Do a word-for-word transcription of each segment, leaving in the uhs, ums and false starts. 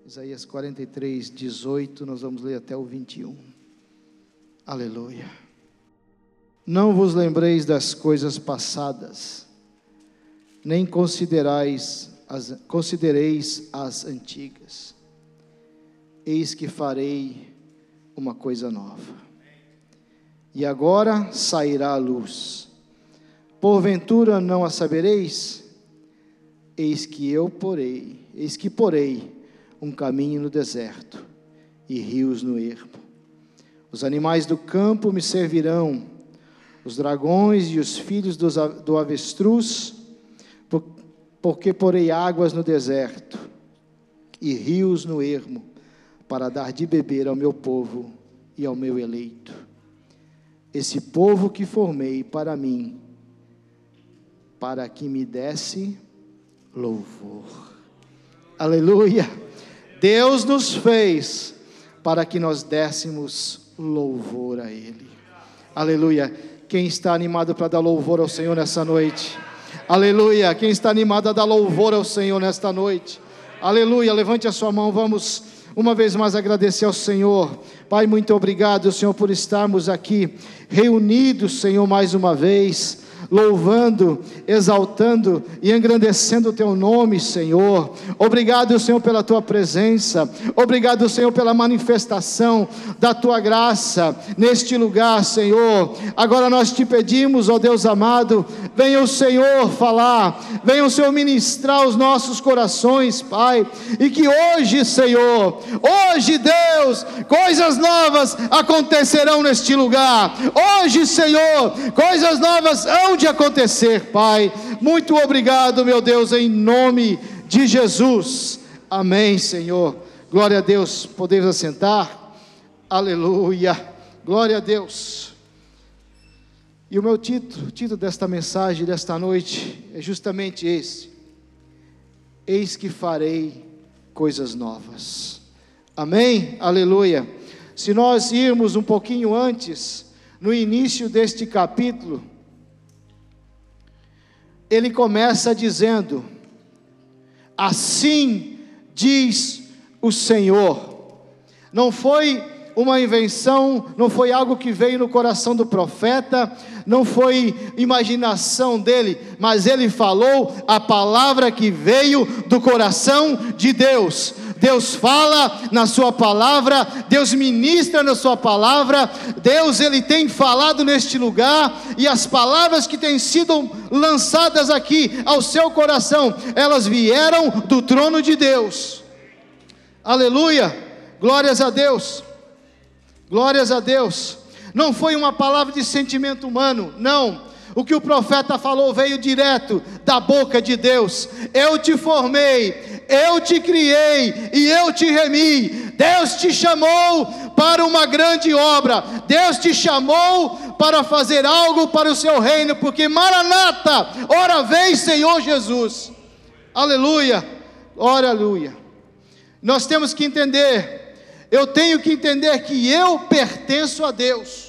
Isaías quarenta e três, dezoito, nós vamos ler até o vinte e um. Aleluia. Não vos lembreis das coisas passadas, nem considerais as, considereis as antigas. Eis que farei uma coisa nova, e agora sairá a luz. Porventura não a sabereis? Eis que eu porei, eis que porei um caminho no deserto e rios no ermo. Os animais do campo me servirão, os dragões e os filhos do avestruz, porque porei águas no deserto e rios no ermo, para dar de beber ao meu povo e ao meu eleito, esse povo que formei para mim, para que me desse louvor. Aleluia! Deus nos fez para que nós dessemos louvor a Ele. Aleluia! Quem está animado para dar louvor ao Senhor nessa noite? Aleluia! Quem está animado a dar louvor ao Senhor nesta noite? Aleluia! Levante a sua mão, vamos uma vez mais agradecer ao Senhor. Pai, muito obrigado, Senhor, por estarmos aqui reunidos, Senhor, mais uma vez, louvando, exaltando e engrandecendo o Teu nome, Senhor. Obrigado, Senhor, pela Tua presença. Obrigado, Senhor, pela manifestação da Tua graça neste lugar, Senhor. Agora nós te pedimos, ó Deus amado, venha o Senhor falar, venha o Senhor ministrar os nossos corações, Pai, e que hoje, Senhor, hoje, Deus, coisas novas acontecerão neste lugar. Hoje, Senhor, coisas novas hão de acontecer, Pai. Muito obrigado, meu Deus, em nome de Jesus. Amém, Senhor. Glória a Deus. Podemos assentar? Aleluia. Glória a Deus. E o meu título, o título desta mensagem, desta noite, é justamente esse: eis que farei coisas novas. Amém? Aleluia. Se nós irmos um pouquinho antes, no início deste capítulo, ele começa dizendo: assim diz o Senhor. Não foi uma invenção, não foi algo que veio no coração do profeta, não foi imaginação dele, mas ele falou a palavra que veio do coração de Deus. Deus fala na sua palavra, Deus ministra na sua palavra, Deus ele tem falado neste lugar, e as palavras que têm sido lançadas aqui ao seu coração, elas vieram do trono de Deus. Aleluia, glórias a Deus, glórias a Deus. Não foi uma palavra de sentimento humano, não. O que o profeta falou veio direto da boca de Deus. Eu te formei, eu te criei e eu te remi. Deus te chamou para uma grande obra. Deus te chamou para fazer algo para o seu reino, porque Maranata, ora vem, Senhor Jesus. Aleluia, aleluia. Nós temos que entender, eu tenho que entender que eu pertenço a Deus.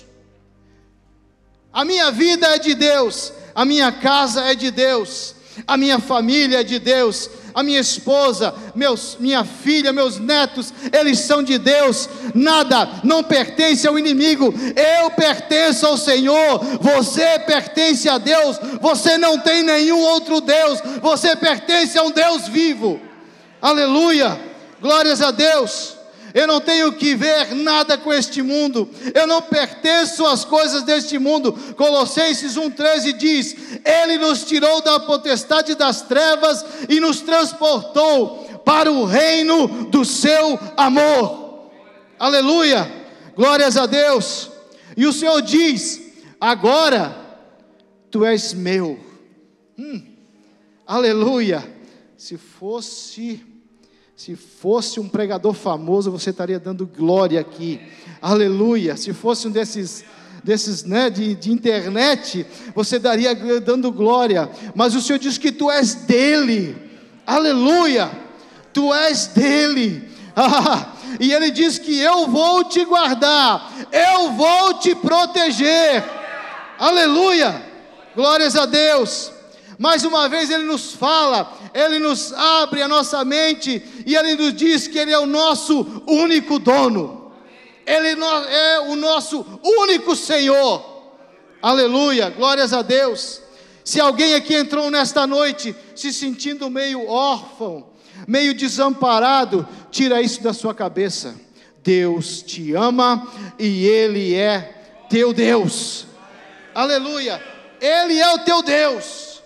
A minha vida é de Deus, a minha casa é de Deus, a minha família é de Deus, a minha esposa, meus, minha filha, meus netos, eles são de Deus. Nada não pertence ao inimigo, eu pertenço ao Senhor. Você pertence a Deus, você não tem nenhum outro Deus, você pertence a um Deus vivo. Aleluia, glórias a Deus. Eu não tenho que ver nada com este mundo, eu não pertenço às coisas deste mundo. Colossenses um, treze diz: Ele nos tirou da potestade das trevas e nos transportou para o reino do seu amor. Aleluia, glórias a Deus. E o Senhor diz: agora tu és meu. hum, Aleluia. Se fosse Se fosse um pregador famoso, você estaria dando glória aqui. Aleluia. Se fosse um desses, desses né, de, de internet, você daria dando glória. Mas o Senhor diz que tu és dele. Aleluia. Tu és dele. Ah, e Ele diz que eu vou te guardar. Eu vou te proteger. Aleluia. Glórias a Deus. Mais uma vez Ele nos fala, Ele nos abre a nossa mente, e Ele nos diz que Ele é o nosso único dono, Ele é o nosso único Senhor. Aleluia, glórias a Deus. Se alguém aqui entrou nesta noite se sentindo meio órfão, meio desamparado, tira isso da sua cabeça. Deus te ama e Ele é teu Deus. Aleluia, Ele é o teu Deus.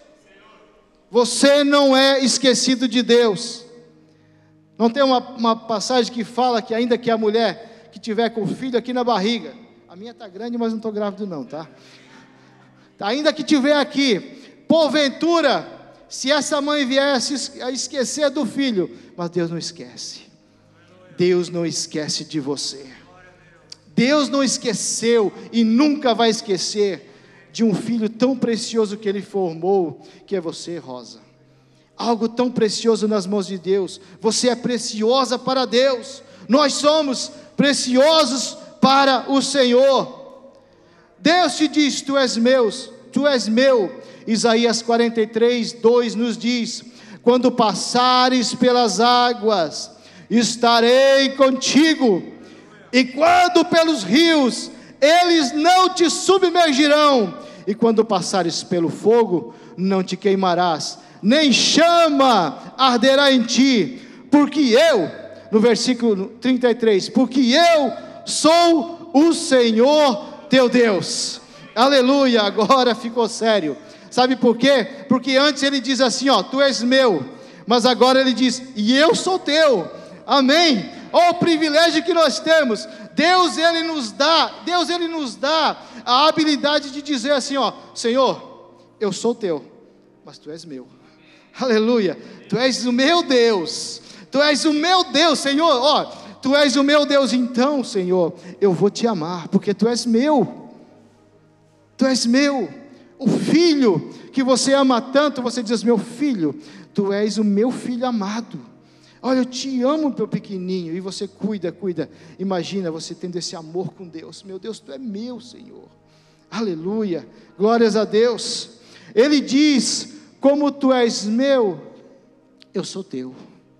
Você não é esquecido de Deus. Não tem uma, uma passagem que fala que ainda que a mulher que tiver com o filho aqui na barriga, a minha está grande, mas não estou grávido não, tá? Ainda que tiver aqui, porventura, se essa mãe vier a esquecer do filho, mas Deus não esquece. Deus não esquece de você. Deus não esqueceu e nunca vai esquecer de um filho tão precioso que Ele formou, que é você, Rosa. Algo tão precioso nas mãos de Deus. Você é preciosa para Deus. Nós somos preciosos para o Senhor. Deus te diz: tu és meu, tu és meu. Isaías quarenta e três, dois nos diz: quando passares pelas águas, estarei contigo, e quando pelos rios, eles não te submergirão, e quando passares pelo fogo, não te queimarás, nem chama arderá em ti, porque eu, no versículo trinta e três, porque eu sou o Senhor teu Deus. Aleluia, agora ficou sério. Sabe por quê? Porque antes ele diz assim, ó, tu és meu, mas agora ele diz, e eu sou teu. Amém? Olha o privilégio que nós temos. Deus ele nos dá, Deus ele nos dá a habilidade de dizer assim, ó, Senhor, eu sou teu, mas tu és meu. Aleluia, tu és o meu Deus, tu és o meu Deus, Senhor, ó, tu és o meu Deus, então, Senhor, eu vou te amar, porque tu és meu, tu és meu. O filho que você ama tanto, você diz, meu filho, tu és o meu filho amado. Olha, eu te amo, meu pequenininho, e você cuida, cuida. Imagina você tendo esse amor com Deus. Meu Deus, tu é meu, Senhor. Aleluia, glórias a Deus. Ele diz, como tu és meu, eu sou teu.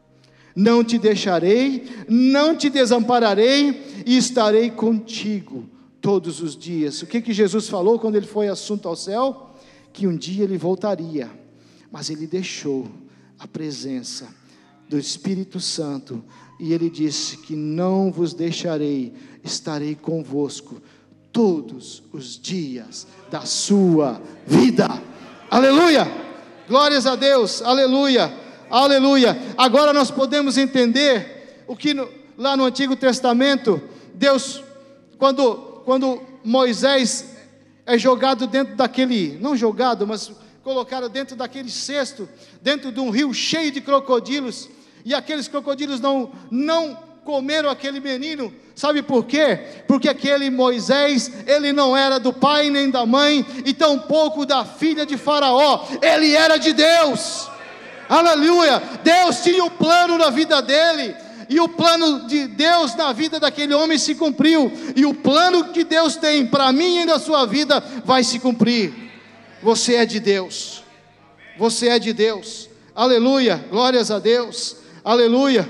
Não te deixarei, não te desampararei, e estarei contigo todos os dias. O que que Jesus falou quando ele foi assunto ao céu? Que um dia ele voltaria, mas ele deixou a presença do Espírito Santo, e ele disse que não vos deixarei, estarei convosco todos os dias da sua vida. Aleluia, glórias a Deus, aleluia, aleluia. Agora nós podemos entender o que no, lá no Antigo Testamento, Deus, quando quando Moisés é jogado dentro daquele, não jogado, mas colocado dentro daquele cesto, dentro de um rio cheio de crocodilos, e aqueles crocodilos não, não comeram aquele menino, sabe por quê? Porque aquele Moisés, ele não era do pai nem da mãe, e tampouco da filha de Faraó, ele era de Deus. Aleluia, Deus tinha um plano na vida dele, e o plano de Deus na vida daquele homem se cumpriu, e o plano que Deus tem para mim e na sua vida vai se cumprir. Você é de Deus, você é de Deus, aleluia, glórias a Deus, aleluia.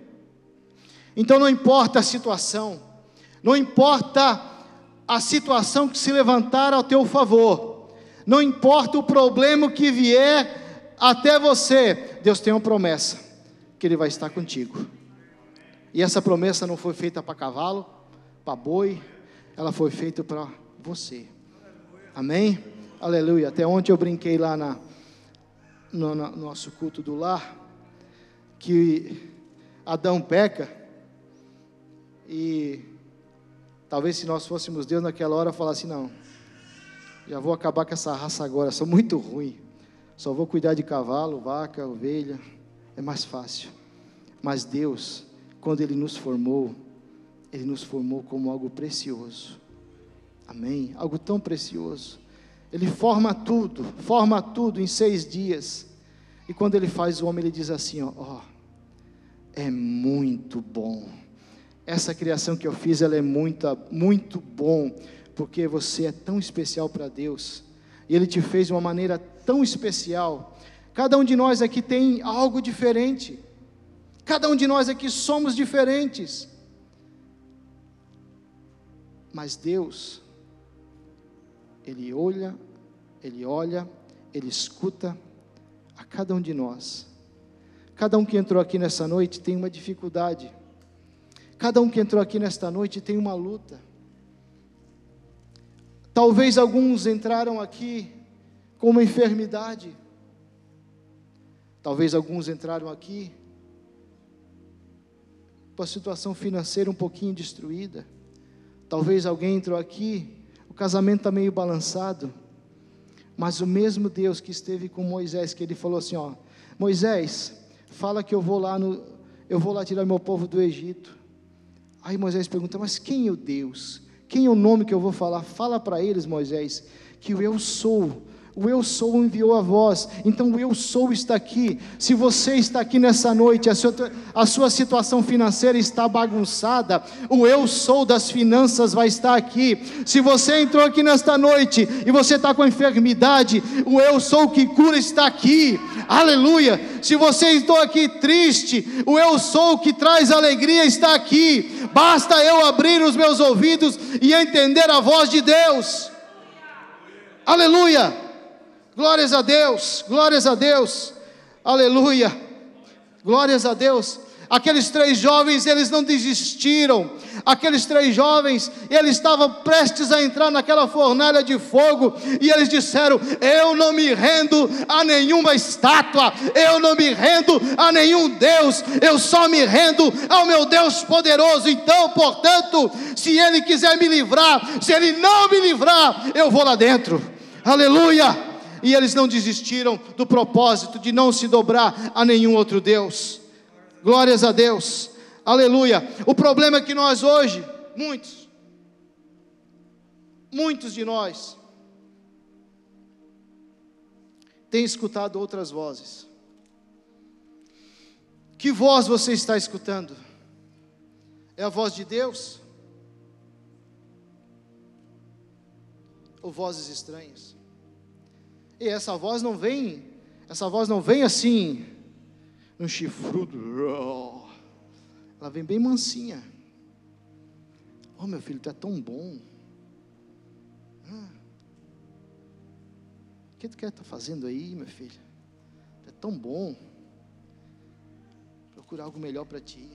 Então não importa a situação, não importa a situação que se levantar ao teu favor, não importa o problema que vier até você, Deus tem uma promessa, que Ele vai estar contigo. E essa promessa não foi feita para cavalo, para boi, ela foi feita para você. Amém? Aleluia. Até ontem eu brinquei lá na, no, no nosso culto do lar, que Adão peca, e talvez se nós fôssemos Deus naquela hora, falasse, não, já vou acabar com essa raça agora, sou muito ruim, só vou cuidar de cavalo, vaca, ovelha, é mais fácil. Mas Deus, quando Ele nos formou, Ele nos formou como algo precioso, amém? Algo tão precioso. Ele forma tudo, forma tudo em seis dias, e quando Ele faz o homem, Ele diz assim, ó, ó, é muito bom, essa criação que eu fiz, ela é muito, muito bom, porque você é tão especial para Deus, e Ele te fez de uma maneira tão especial. Cada um de nós aqui tem algo diferente, cada um de nós aqui somos diferentes, mas Deus, Ele olha, Ele olha, Ele escuta a cada um de nós. Cada um que entrou aqui nessa noite tem uma dificuldade, cada um que entrou aqui nesta noite tem uma luta. Talvez alguns entraram aqui com uma enfermidade, talvez alguns entraram aqui com a situação financeira um pouquinho destruída, talvez alguém entrou aqui, o casamento está meio balançado, mas o mesmo Deus que esteve com Moisés, que Ele falou assim, ó, Moisés, fala que eu vou lá, no, eu vou lá tirar meu povo do Egito. Aí Moisés pergunta, mas quem é o Deus? Quem é o nome que eu vou falar? Fala para eles, Moisés, que o eu sou, o eu sou enviou a voz. Então o eu sou está aqui. Se você está aqui nessa noite, a sua, a sua situação financeira está bagunçada, o eu sou das finanças vai estar aqui. Se você entrou aqui nesta noite e você está com enfermidade, o eu sou que cura está aqui. Aleluia. Se você está aqui triste, o eu sou que traz alegria está aqui. Basta eu abrir os meus ouvidos e entender a voz de Deus. Aleluia. Glórias a Deus, glórias a Deus, aleluia, glórias a Deus. Aqueles três jovens, eles não desistiram. Aqueles três jovens, eles estavam prestes a entrar naquela fornalha de fogo, e eles disseram, eu não me rendo a nenhuma estátua, eu não me rendo a nenhum Deus, eu só me rendo ao meu Deus poderoso. Então, portanto, se Ele quiser me livrar, se Ele não me livrar, eu vou lá dentro, aleluia. E eles não desistiram do propósito de não se dobrar a nenhum outro Deus. Glórias a Deus, aleluia. O problema é que nós hoje, muitos, muitos de nós, têm escutado outras vozes. Que voz você está escutando? É a voz de Deus? Ou vozes estranhas? E essa voz não vem, essa voz não vem assim, um chifrudo, ela vem bem mansinha. Oh, meu filho, tu é tão bom. Ah, o que tu quer estar fazendo aí, meu filho? Tu é tão bom. Procura algo melhor para ti.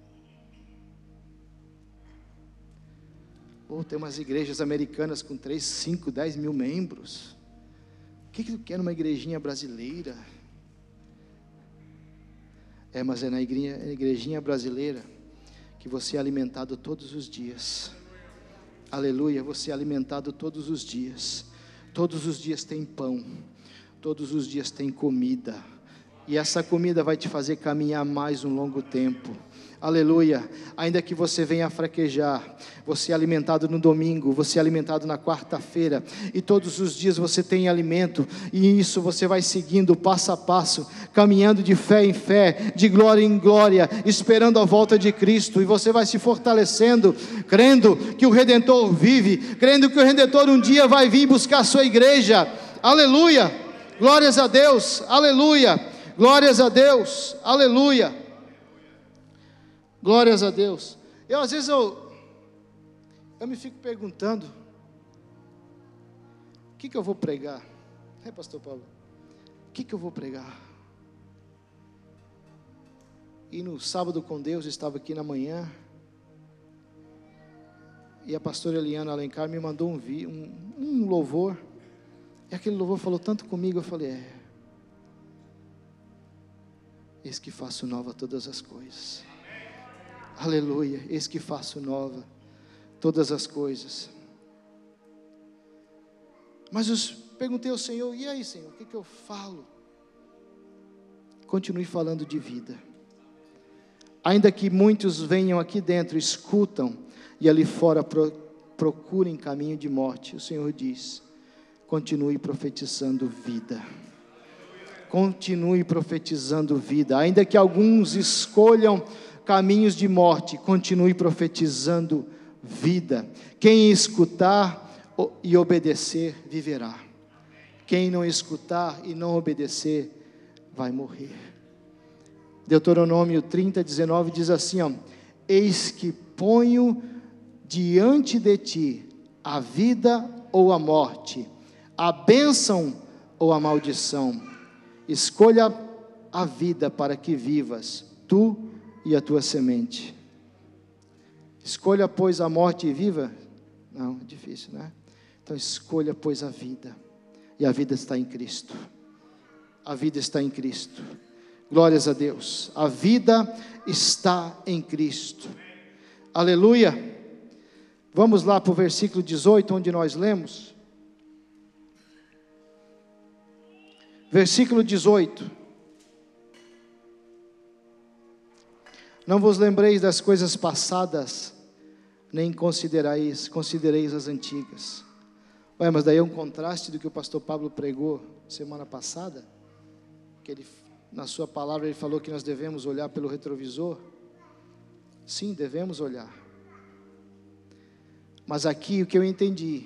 Oh, tem umas igrejas americanas com três, cinco, dez mil membros. O que, que tu quer numa igrejinha brasileira? É, mas é na igrejinha, igrejinha brasileira que você é alimentado todos os dias. Aleluia, você é alimentado todos os dias. Todos os dias tem pão, todos os dias tem comida, e essa comida vai te fazer caminhar mais um longo tempo. Aleluia. Ainda que você venha a fraquejar, você é alimentado no domingo, você é alimentado na quarta-feira, e todos os dias você tem alimento, e isso você vai seguindo passo a passo, caminhando de fé em fé, de glória em glória, esperando a volta de Cristo, e você vai se fortalecendo, crendo que o Redentor vive, crendo que o Redentor um dia vai vir buscar a sua igreja. Aleluia. Glórias a Deus. Aleluia. Glórias a Deus. Aleluia. Glórias a Deus. Eu às vezes eu, eu me fico perguntando, o que que eu vou pregar? É, pastor Paulo, o que que eu vou pregar? E no sábado com Deus, estava aqui na manhã, e a pastora Eliana Alencar me mandou um, um, um louvor, e aquele louvor falou tanto comigo, eu falei, é, eis que faço nova todas as coisas. Aleluia, eis que faço nova todas as coisas. Mas eu perguntei ao Senhor, e aí, Senhor, o que que eu falo? Continue falando de vida. Ainda que muitos venham aqui dentro, escutam, e ali fora pro, procurem caminho de morte, o Senhor diz, continue profetizando vida. Continue profetizando vida. Ainda que alguns escolham caminhos de morte, continue profetizando vida. Quem escutar e obedecer, viverá. Quem não escutar e não obedecer, vai morrer. Deuteronômio trinta, dezenove diz assim, ó, eis que ponho diante de ti a vida ou a morte, a bênção ou a maldição. Escolha a vida para que vivas, tu e a tua semente. Escolha, pois, a morte e viva? Não, é difícil, né? Então escolha, pois, a vida. E a vida está em Cristo. A vida está em Cristo. Glórias a Deus. A vida está em Cristo. Aleluia. Vamos lá para o versículo dezoito, onde nós lemos. Versículo dezoito. Não vos lembreis das coisas passadas, nem considerais, considereis as antigas. Ué, mas daí é um contraste do que o pastor Pablo pregou semana passada, que ele, na sua palavra, ele falou que nós devemos olhar pelo retrovisor. Sim, devemos olhar. Mas aqui o que eu entendi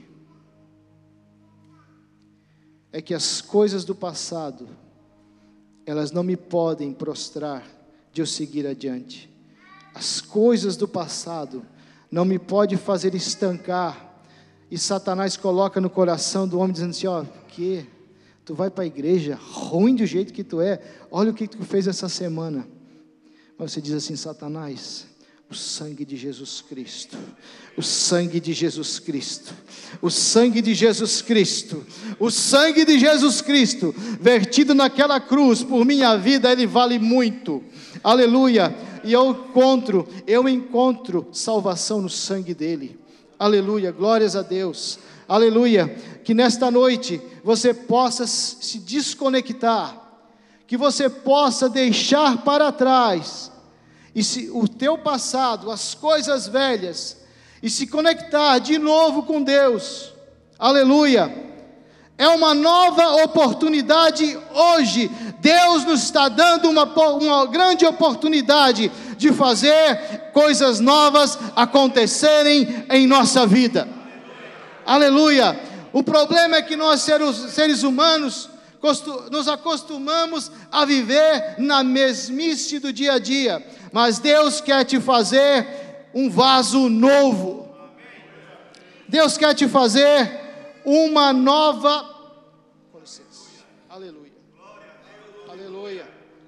é que as coisas do passado, elas não me podem prostrar de eu seguir adiante. As coisas do passado não me podem fazer estancar. E Satanás coloca no coração do homem dizendo assim, ó, que tu vai para a igreja, ruim do jeito que tu é, olha o que tu fez essa semana. Mas você diz assim, Satanás, o sangue de Jesus Cristo, o sangue de Jesus Cristo, o sangue de Jesus Cristo, o sangue de Jesus Cristo, vertido naquela cruz por minha vida, ele vale muito, aleluia, e eu encontro, eu encontro salvação no sangue dele, aleluia, glórias a Deus, aleluia, que nesta noite você possa se desconectar, que você possa deixar para trás, e se o teu passado, as coisas velhas, e se conectar de novo com Deus, aleluia, é uma nova oportunidade hoje, Deus nos está dando uma, uma grande oportunidade, de fazer coisas novas acontecerem em nossa vida, aleluia, o problema é que nós seres, seres humanos, nos acostumamos a viver na mesmice do dia a dia, mas Deus quer te fazer um vaso novo, Deus quer te fazer uma nova, com licença, aleluia, aleluia,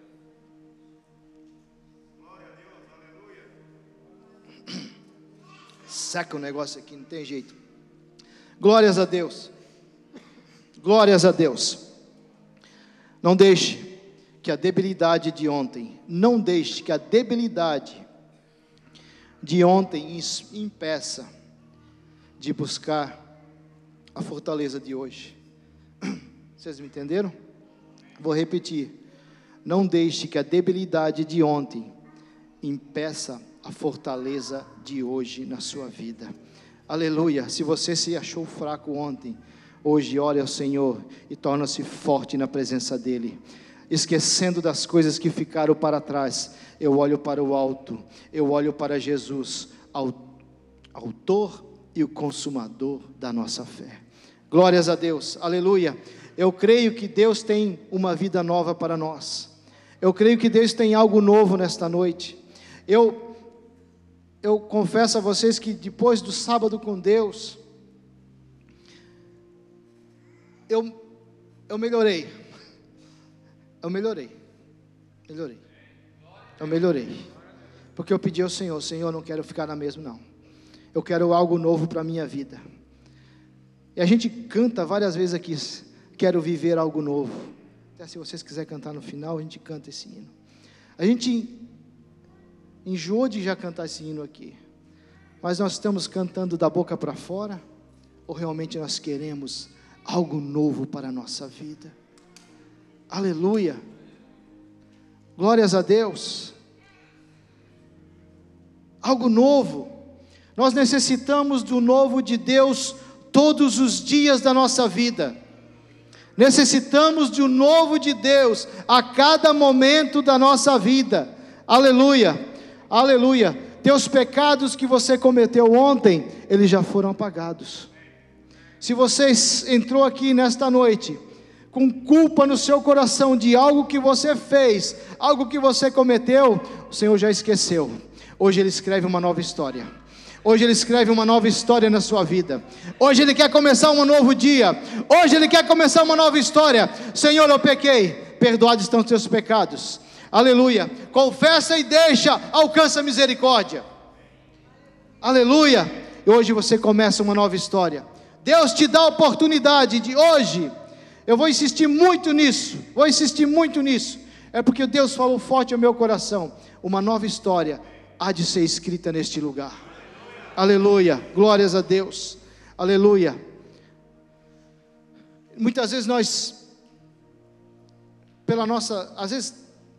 seca o negócio aqui, não tem jeito, glórias a Deus, glórias a Deus. Não deixe que a debilidade de ontem, não deixe que a debilidade de ontem impeça de buscar a fortaleza de hoje. Vocês me entenderam? Vou repetir. Não deixe que a debilidade de ontem impeça a fortaleza de hoje na sua vida. Aleluia. Se você se achou fraco ontem, hoje ore ao Senhor e torna-se forte na presença dEle. Esquecendo das coisas que ficaram para trás, eu olho para o alto, eu olho para Jesus, autor e o consumador da nossa fé. Glórias a Deus, aleluia. Eu creio que Deus tem uma vida nova para nós. Eu creio que Deus tem algo novo nesta noite. Eu, eu confesso a vocês que depois do sábado com Deus, Eu, eu melhorei, eu melhorei, melhorei, eu melhorei, porque eu pedi ao Senhor, Senhor, não quero ficar na mesma não, eu quero algo novo para a minha vida, e a gente canta várias vezes aqui, quero viver algo novo, até se vocês quiserem cantar no final, a gente canta esse hino, a gente enjoou de já cantar esse hino aqui, mas nós estamos cantando da boca para fora, ou realmente nós queremos algo novo para a nossa vida? Aleluia, glórias a Deus, algo novo, nós necessitamos do novo de Deus todos os dias da nossa vida, necessitamos de um novo de Deus a cada momento da nossa vida, aleluia, aleluia, teus pecados que você cometeu ontem, eles já foram apagados. Se você entrou aqui nesta noite, com culpa no seu coração de algo que você fez, algo que você cometeu, o Senhor já esqueceu. Hoje Ele escreve uma nova história. Hoje Ele escreve uma nova história na sua vida. Hoje Ele quer começar um novo dia. Hoje Ele quer começar uma nova história. Senhor, eu pequei, perdoados estão os teus pecados. Aleluia. Confessa e deixa, alcança a misericórdia. Aleluia. E hoje você começa uma nova história. Deus te dá a oportunidade de hoje. Eu vou insistir muito nisso. Vou insistir muito nisso. É porque Deus falou forte ao meu coração. Uma nova história há de ser escrita neste lugar. Aleluia. Glórias a Deus. Aleluia. Muitas vezes nós, pela nossa, às vezes,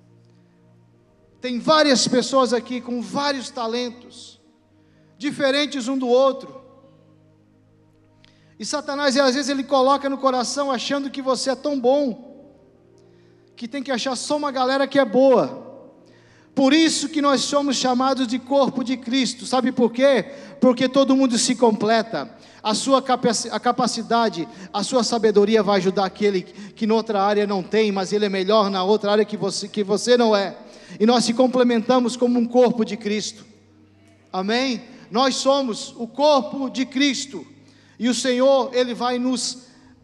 tem várias pessoas aqui com vários talentos, diferentes um do outro, e Satanás, às vezes, ele coloca no coração, achando que você é tão bom, que tem que achar só uma galera que é boa. Por isso que nós somos chamados de corpo de Cristo. Sabe por quê? Porque todo mundo se completa. A sua a capacidade, a sua sabedoria vai ajudar aquele que noutra área não tem, mas ele é melhor na outra área que você, que você não é. E nós se complementamos como um corpo de Cristo. Amém? Nós somos o corpo de Cristo. E o Senhor, Ele vai nos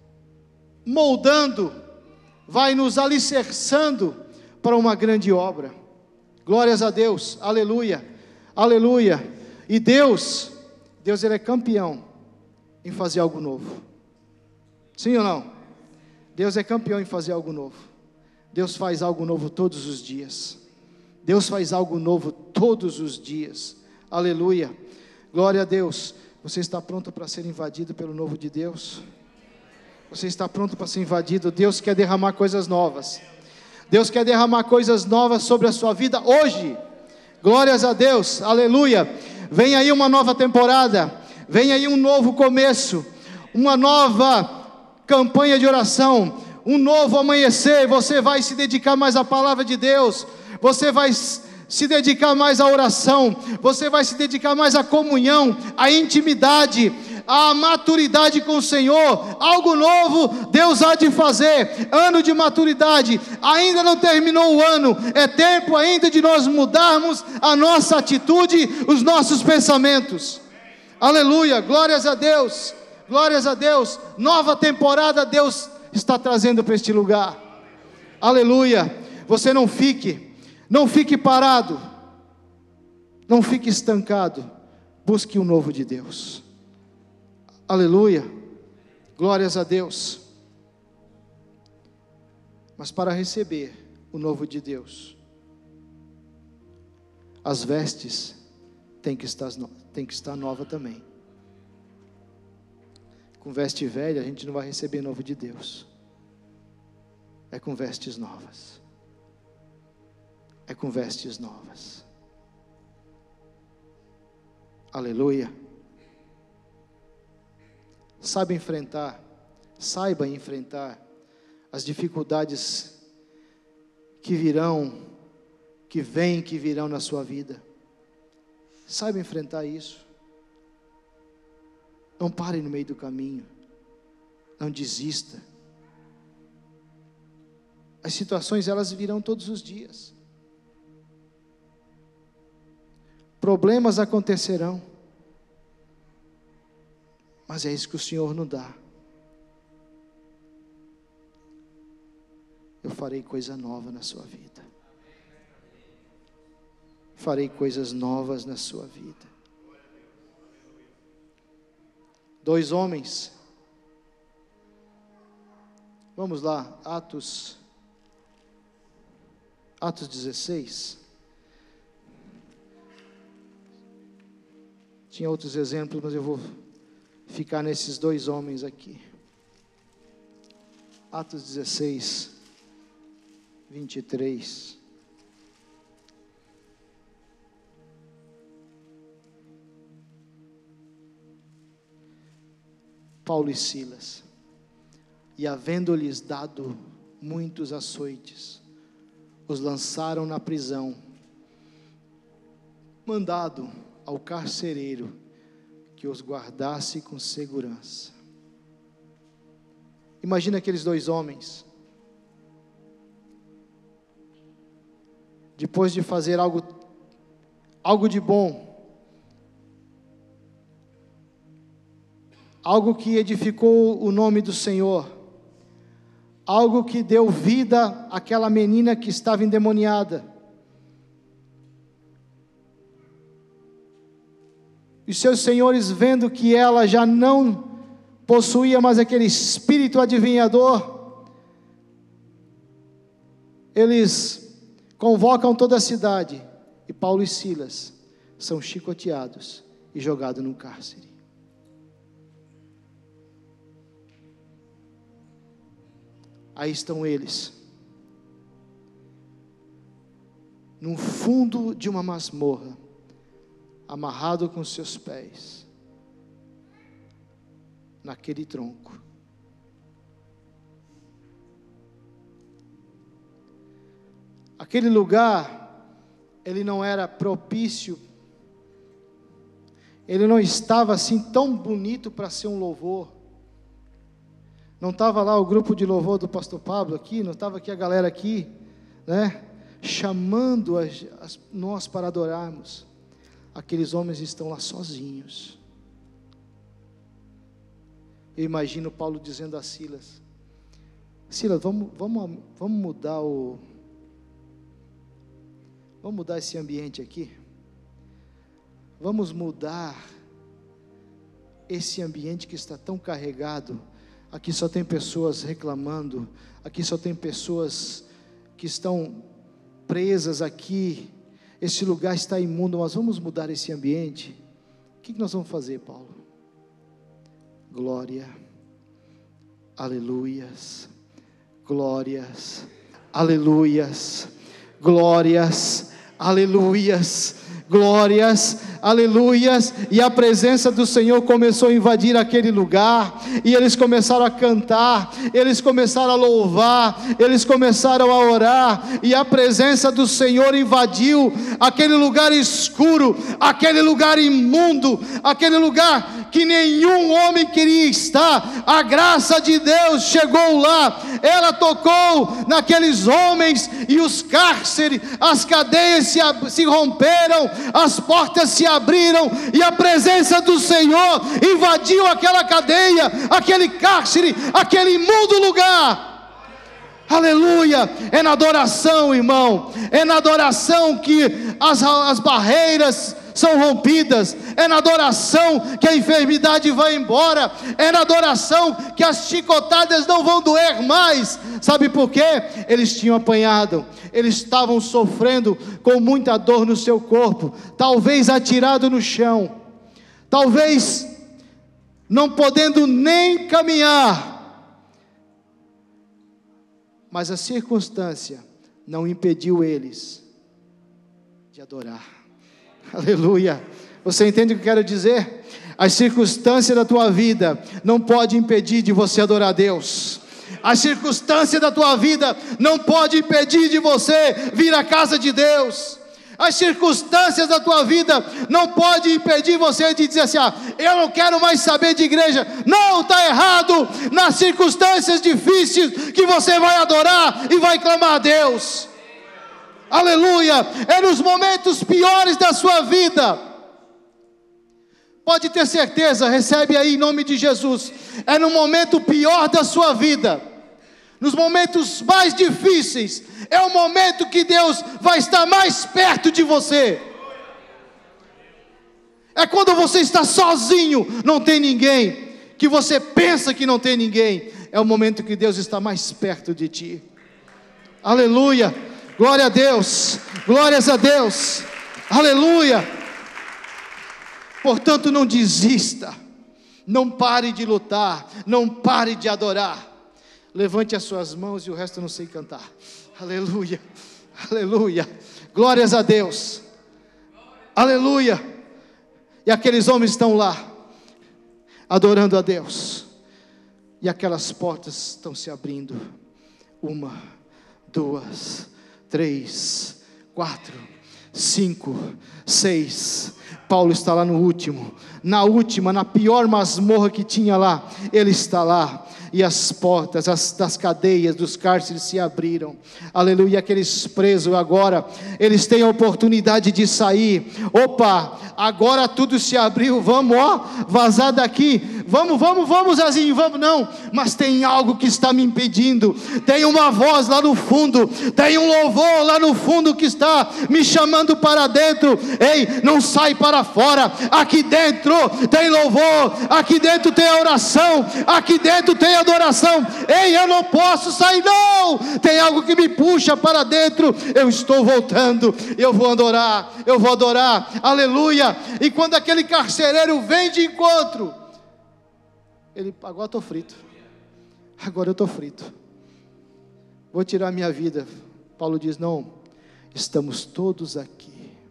moldando, vai nos alicerçando para uma grande obra. Glórias a Deus, aleluia, aleluia. E Deus, Deus Ele é campeão em fazer algo novo. Sim ou não? Deus é campeão em fazer algo novo. Deus faz algo novo todos os dias. Deus faz algo novo todos os dias. Aleluia, glória a Deus. Você está pronto para ser invadido pelo novo de Deus? Você está pronto para ser invadido? Deus quer derramar coisas novas. Deus quer derramar coisas novas sobre a sua vida hoje. Glórias a Deus, aleluia. Vem aí uma nova temporada. Vem aí um novo começo. Uma nova campanha de oração. Um novo amanhecer. Você vai se dedicar mais à palavra de Deus. Você vai se dedicar mais à oração, você vai se dedicar mais à comunhão, à intimidade, à maturidade com o Senhor. Algo novo Deus há de fazer. Ano de maturidade, ainda não terminou o ano, é tempo ainda de nós mudarmos a nossa atitude, os nossos pensamentos. Aleluia, glórias a Deus, glórias a Deus. Nova temporada Deus está trazendo para este lugar. Aleluia. Você não fique Não fique parado, não fique estancado, busque o novo de Deus. Aleluia, glórias a Deus. Mas para receber o novo de Deus, as vestes têm que estar, têm que estar nova também. Com veste velha a gente não vai receber novo de Deus, é com vestes novas. É com vestes novas. Aleluia. Saiba enfrentar, saiba enfrentar as dificuldades que virão, que vêm, que virão na sua vida. Saiba enfrentar isso. Não pare no meio do caminho. Não desista. As situações, elas virão todos os dias. Problemas acontecerão, mas é isso que o Senhor nos dá. Eu farei coisa nova na sua vida. Farei coisas novas na sua vida. Dois homens. Vamos lá, Atos, Atos dezesseis. Tinha outros exemplos, mas eu vou ficar nesses dois homens aqui. Atos dezesseis, vinte e três. Paulo e Silas. E havendo-lhes dado muitos açoites, os lançaram na prisão, mandado ao carcereiro que os guardasse com segurança. Imagina aqueles dois homens, depois de fazer algo, algo de bom, algo que edificou o nome do Senhor, algo que deu vida àquela menina que estava endemoniada. E seus senhores, vendo que ela já não possuía mais aquele espírito adivinhador, eles convocam toda a cidade, e Paulo e Silas são chicoteados e jogados no cárcere. Aí estão eles, no fundo de uma masmorra, amarrado com seus pés, naquele tronco. Aquele lugar, ele não era propício, ele não estava assim tão bonito para ser um louvor. Não estava lá o grupo de louvor do pastor Pablo aqui, não estava aqui a galera aqui, né, chamando as, as, nós para adorarmos. Aqueles homens estão lá sozinhos. Eu imagino Paulo dizendo a Silas: Silas, vamos, vamos, vamos mudar o, vamos mudar esse ambiente aqui. Vamos mudar esse ambiente que está tão carregado. Aqui só tem pessoas reclamando, aqui só tem pessoas que estão presas aqui. Esse lugar está imundo, nós vamos mudar esse ambiente. O que nós vamos fazer, Paulo? Glória, aleluias, glórias, aleluias, glórias, aleluias, glórias, aleluias, e a presença do Senhor começou a invadir aquele lugar, e eles começaram a cantar, eles começaram a louvar, eles começaram a orar, e a presença do Senhor invadiu aquele lugar escuro, aquele lugar imundo, aquele lugar que nenhum homem queria estar. A graça de Deus chegou lá, ela tocou naqueles homens, e os cárceres, as cadeias se, se romperam, as portas se abriram, e a presença do Senhor invadiu aquela cadeia, aquele cárcere, aquele imundo lugar. Aleluia. É na adoração, irmão, é na adoração que as, as barreiras são rompidas, é na adoração que a enfermidade vai embora, é na adoração que as chicotadas não vão doer mais. Sabe por quê? Eles tinham apanhado, eles estavam sofrendo com muita dor no seu corpo, talvez atirado no chão, talvez não podendo nem caminhar, mas a circunstância não impediu eles de adorar. Aleluia. Você entende o que eu quero dizer? As circunstâncias da tua vida não pode impedir de você adorar a Deus. A circunstância da tua vida não pode impedir de você vir à casa de Deus. As circunstâncias da tua vida não pode impedir você de dizer assim: ah, eu não quero mais saber de igreja. Não, está errado. Nas circunstâncias difíceis que você vai adorar e vai clamar a Deus. Aleluia. É nos momentos piores da sua vida. Pode ter certeza, recebe aí em nome de Jesus. É no momento pior da sua vida, nos momentos mais difíceis, é o momento que Deus vai estar mais perto de você. É quando você está sozinho, não tem ninguém, que você pensa que não tem ninguém, é o momento que Deus está mais perto de ti. Aleluia. Glória a Deus, glórias a Deus, aleluia. Portanto, não desista, não pare de lutar, não pare de adorar. Levante as suas mãos e o resto eu não sei cantar. Aleluia, aleluia, glórias a Deus, aleluia. E aqueles homens estão lá, adorando a Deus, e aquelas portas estão se abrindo, uma, duas, três, quatro, cinco, seis. Paulo está lá no último, na última, na pior masmorra que tinha lá, ele está lá. E as portas as, das cadeias, dos cárceres se abriram, aleluia. Aqueles presos agora, eles têm a oportunidade de sair. Opa, agora tudo se abriu, vamos ó, vazar daqui, vamos, vamos, vamos Zazinho, vamos, não, mas tem algo que está me impedindo, tem uma voz lá no fundo, tem um louvor lá no fundo que está me chamando para dentro. Ei, não sai para fora, aqui dentro tem louvor, aqui dentro tem a oração, aqui dentro tem a adoração. Ei, eu não posso sair não, tem algo que me puxa para dentro. Eu estou voltando, eu vou adorar, eu vou adorar, aleluia. E quando aquele carcereiro vem de encontro, ele, agora estou frito, agora eu estou frito, vou tirar minha vida. Paulo diz, não, estamos todos aqui.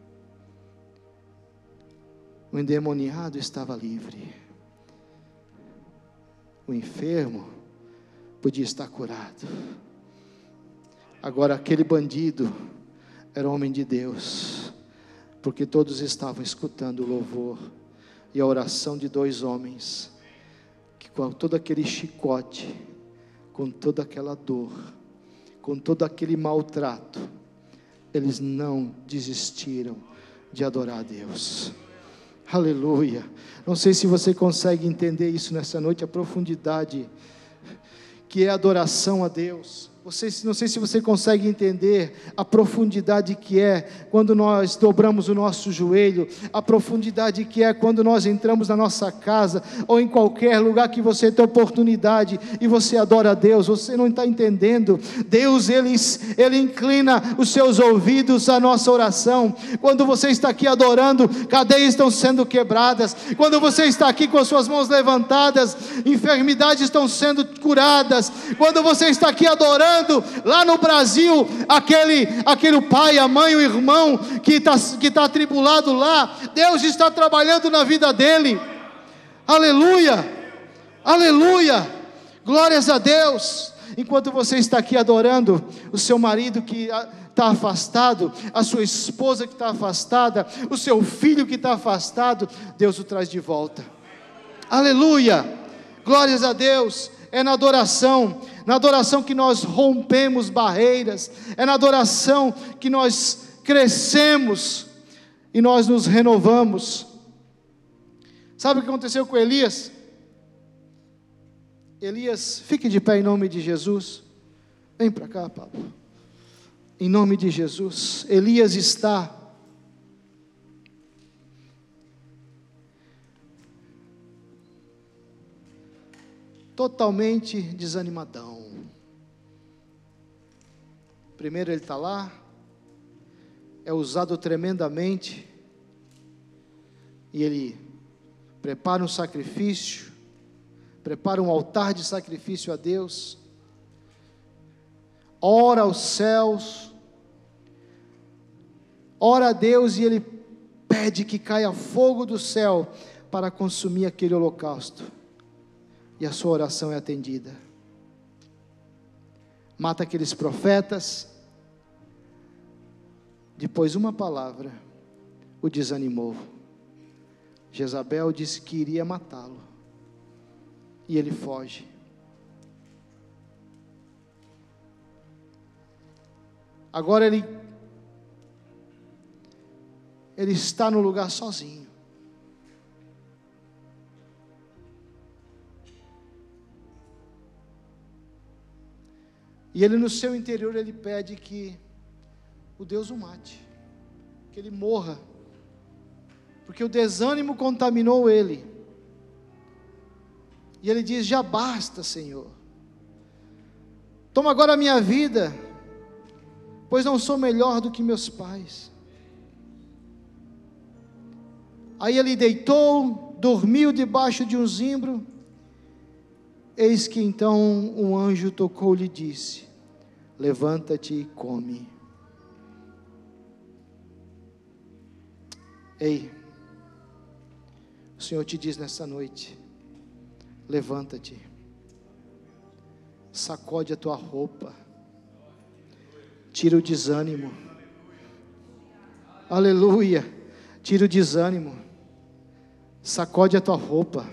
O endemoniado estava livre, o enfermo podia estar curado. Agora aquele bandido era homem de Deus, porque todos estavam escutando o louvor e a oração de dois homens, que com todo aquele chicote, com toda aquela dor, com todo aquele maltrato, eles não desistiram de adorar a Deus. Aleluia. Não sei se você consegue entender isso nessa noite, a profundidade que é a adoração a Deus. Você, não sei se você consegue entender a profundidade que é quando nós dobramos o nosso joelho, a profundidade que é quando nós entramos na nossa casa, ou em qualquer lugar que você tem oportunidade, e você adora a Deus. Você não está entendendo. Deus, Ele, Ele inclina os seus ouvidos à nossa oração. Quando você está aqui adorando, cadeias estão sendo quebradas. Quando você está aqui com as suas mãos levantadas, enfermidades estão sendo curadas. Quando você está aqui adorando, lá no Brasil, aquele, aquele pai, a mãe, o irmão que está que tá atribulado lá, Deus está trabalhando na vida dele. Aleluia, aleluia, glórias a Deus. Enquanto você está aqui adorando, o seu marido que está afastado, a sua esposa que está afastada, o seu filho que está afastado, Deus o traz de volta. Aleluia, glórias a Deus. É na adoração, na adoração que nós rompemos barreiras, é na adoração que nós crescemos e nós nos renovamos. Sabe o que aconteceu com Elias? Elias, fique de pé em nome de Jesus. Vem para cá, Pablo. Em nome de Jesus. Elias está totalmente desanimadão. Primeiro ele está lá, é usado tremendamente, e ele prepara um sacrifício, prepara um altar de sacrifício a Deus, ora aos céus, ora a Deus, e ele pede que caia fogo do céu para consumir aquele holocausto. E a sua oração é atendida. Mata aqueles profetas. Depois uma palavra o desanimou. Jezabel disse que iria matá-lo, e ele foge. Agora ele ele está no lugar sozinho. E ele no seu interior, ele pede que o Deus o mate, que ele morra, porque o desânimo contaminou ele. E ele diz: já basta, Senhor, toma agora a minha vida, pois não sou melhor do que meus pais. Aí ele deitou, dormiu debaixo de um zimbro. Eis que então um anjo tocou-lhe e disse: levanta-te e come. Ei, o Senhor te diz nessa noite: levanta-te, sacode a tua roupa, tira o desânimo, Aleluia. Tira o desânimo. Sacode a tua roupa.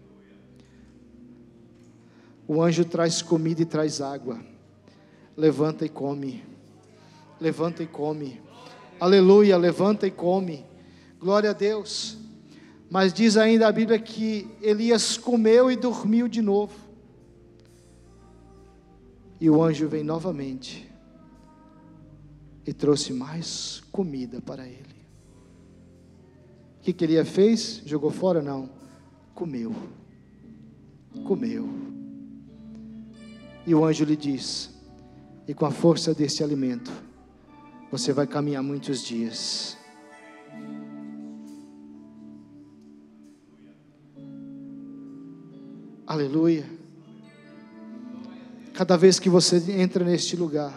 O anjo traz comida e traz água. Levanta e come. Levanta e come. Aleluia, levanta e come. Glória a Deus. Mas diz ainda a Bíblia que Elias comeu e dormiu de novo. E o anjo vem novamente e trouxe mais comida para ele. O que que Elias fez? Jogou fora? Não. Comeu. Comeu. E o anjo lhe diz: e com a força desse alimento, você vai caminhar muitos dias. Aleluia. Cada vez que você entra neste lugar,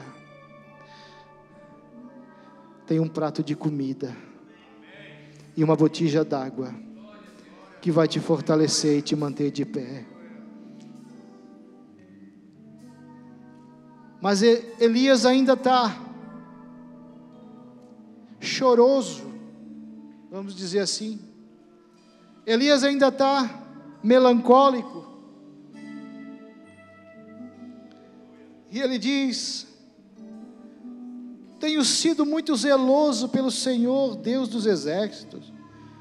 tem um prato de comida e uma botija d'água que vai te fortalecer e te manter de pé. Mas Elias ainda está choroso, vamos dizer assim. Elias ainda está melancólico. E ele diz: tenho sido muito zeloso pelo Senhor, Deus dos exércitos,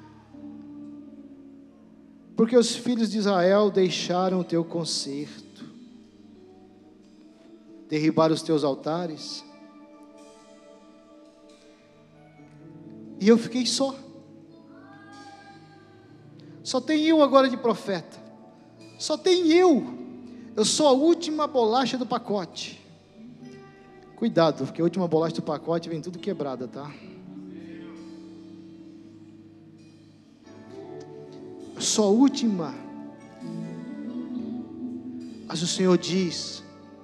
porque os filhos de Israel deixaram o teu conserto, derribaram os teus altares, e eu fiquei só. Só tem eu agora de profeta. Só tem eu. Eu sou a última bolacha do pacote. Cuidado, porque a última bolacha do pacote vem tudo quebrada, tá? Eu sou a última. Mas o Senhor diz: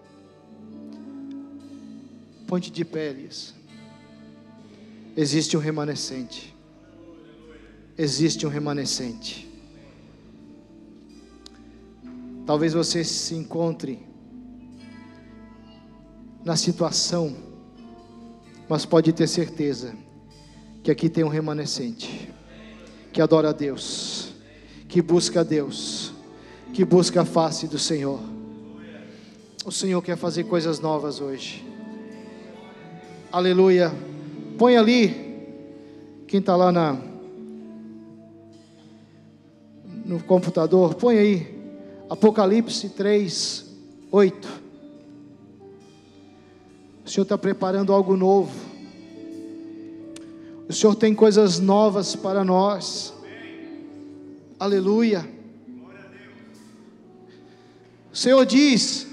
ponte de peles. Existe um remanescente. Existe um remanescente. Talvez você se encontre na situação, mas pode ter certeza que aqui tem um remanescente que adora a Deus, que busca a Deus, que busca a face do Senhor. O Senhor quer fazer coisas novas hoje. Aleluia. Põe ali, quem está lá na, no computador, põe aí Apocalipse três, oito. O Senhor está preparando algo novo. O Senhor tem coisas novas para nós. Aleluia. O Senhor diz: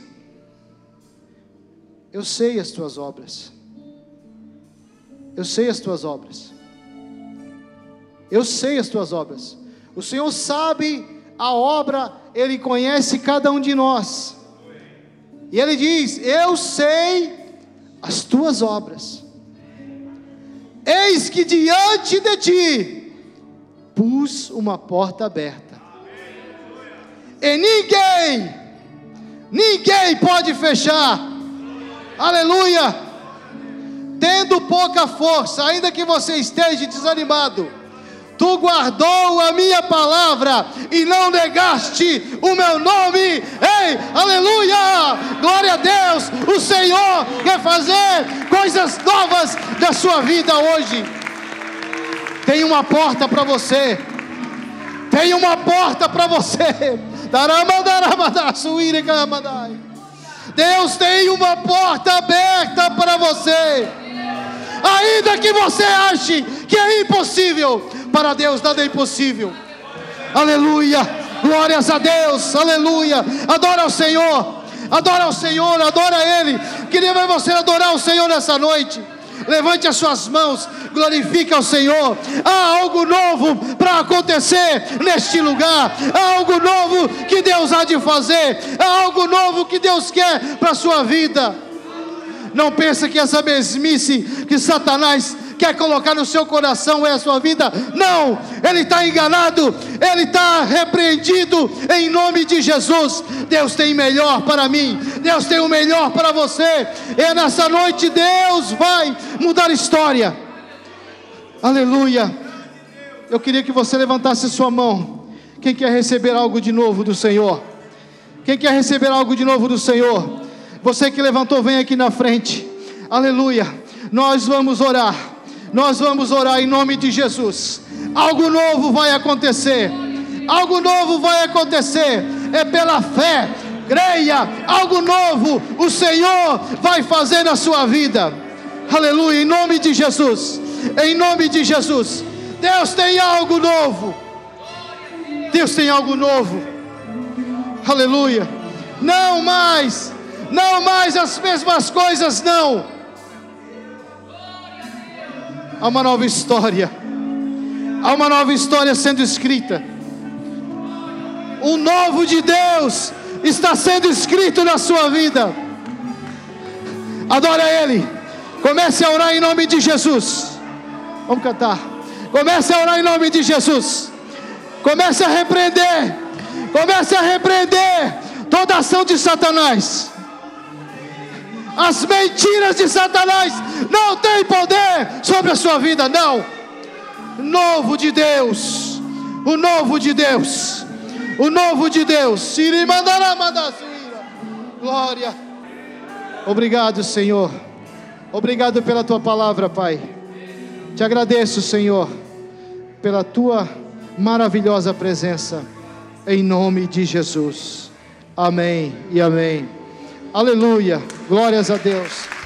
eu sei as tuas obras. Eu sei as tuas obras. Eu sei as tuas obras. O Senhor sabe a obra, Ele conhece cada um de nós. E Ele diz: eu sei as tuas obras. Eis que diante de ti pus uma porta aberta, e ninguém, ninguém pode fechar. Aleluia. Tendo pouca força, ainda que você esteja desanimado, tu guardou a minha palavra e não negaste o meu nome. Ei, aleluia, glória a Deus. O Senhor quer fazer coisas novas da sua vida hoje. Tem uma porta para você. Tem uma porta para você. Deus tem uma porta aberta para você. Ainda que você ache que é impossível, para Deus nada é impossível. Aleluia, glórias a Deus, aleluia. Adora o Senhor, adora o Senhor, adora Ele. Queria ver você adorar o Senhor nessa noite. Levante as suas mãos, glorifique ao Senhor. Há algo novo para acontecer neste lugar. Há algo novo que Deus há de fazer. Há algo novo que Deus quer para a sua vida. Não pense que essa mesmice que Satanás quer colocar no seu coração é a sua vida. Não, ele está enganado, ele está repreendido em nome de Jesus. Deus tem melhor para mim, Deus tem o melhor para você. E nessa noite Deus vai mudar a história. Aleluia. Eu queria que você levantasse sua mão. Quem quer receber algo de novo do Senhor? Quem quer receber algo de novo do Senhor? Você que levantou, vem aqui na frente. Aleluia. Nós vamos orar. Nós vamos orar em nome de Jesus. Algo novo vai acontecer. Algo novo vai acontecer. É pela fé. Creia. Algo novo o Senhor vai fazer na sua vida. Aleluia. Em nome de Jesus. Em nome de Jesus. Deus tem algo novo. Deus tem algo novo. Aleluia. Não mais. Não mais as mesmas coisas, não. Há uma nova história. Há uma nova história sendo escrita. O novo de Deus está sendo escrito na sua vida. Adore a Ele. Comece a orar em nome de Jesus. Vamos cantar. Comece a orar em nome de Jesus. Comece a repreender. Comece a repreender toda ação de Satanás. As mentiras de Satanás não têm poder sobre a sua vida, não. Novo de Deus. O novo de Deus. O novo de Deus. Glória. Obrigado, Senhor. Obrigado pela tua palavra, Pai. Te agradeço, Senhor, pela tua maravilhosa presença, em nome de Jesus. Amém e amém. Aleluia. Glórias a Deus.